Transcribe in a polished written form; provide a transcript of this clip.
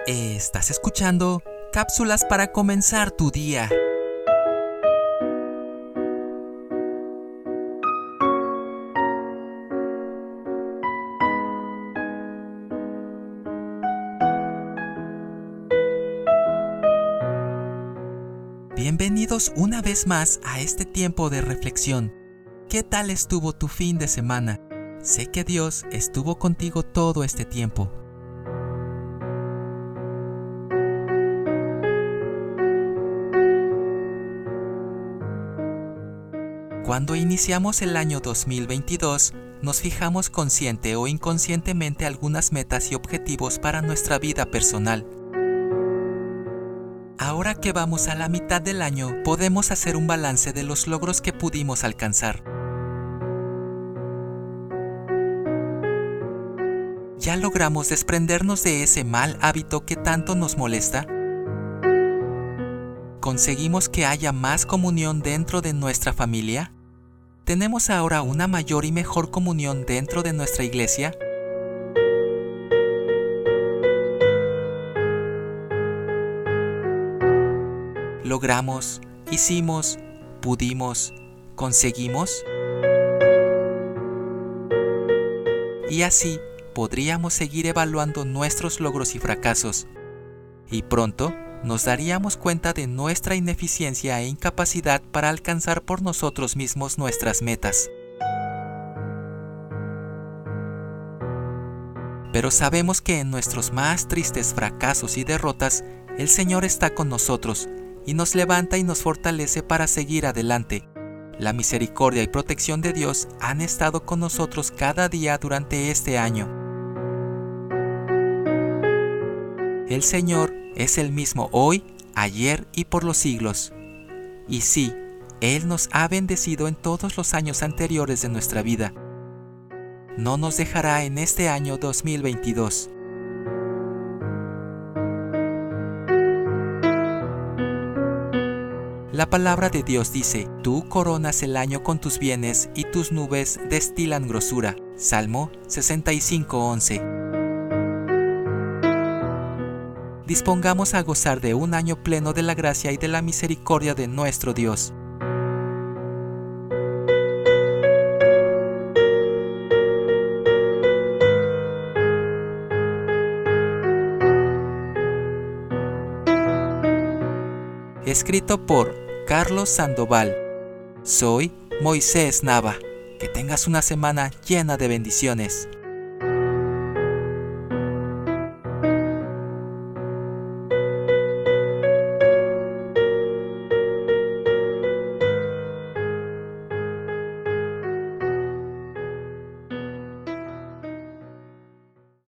Estás escuchando cápsulas para comenzar tu día. Bienvenidos una vez más a este tiempo de reflexión. ¿Qué tal estuvo tu fin de semana? Sé que Dios estuvo contigo todo este tiempo. Cuando iniciamos el año 2022, nos fijamos consciente o inconscientemente algunas metas y objetivos para nuestra vida personal. Ahora que vamos a la mitad del año, podemos hacer un balance de los logros que pudimos alcanzar. ¿Ya logramos desprendernos de ese mal hábito que tanto nos molesta? ¿Conseguimos que haya más comunión dentro de nuestra familia? ¿Tenemos ahora una mayor y mejor comunión dentro de nuestra iglesia? ¿Logramos, hicimos, pudimos, conseguimos? Y así podríamos seguir evaluando nuestros logros y fracasos. Y pronto nos daríamos cuenta de nuestra ineficiencia e incapacidad para alcanzar por nosotros mismos nuestras metas. Pero sabemos que en nuestros más tristes fracasos y derrotas, el Señor está con nosotros y nos levanta y nos fortalece para seguir adelante. La misericordia y protección de Dios han estado con nosotros cada día durante este año. El Señor es el mismo hoy, ayer y por los siglos. Y sí, Él nos ha bendecido en todos los años anteriores de nuestra vida. No nos dejará en este año 2022. La palabra de Dios dice: tú coronas el año con tus bienes y tus nubes destilan grosura. Salmo 65:11. Dispongamos a gozar de un año pleno de la gracia y de la misericordia de nuestro Dios. Escrito por Carlos Sandoval. Soy Moisés Nava. Que tengas una semana llena de bendiciones.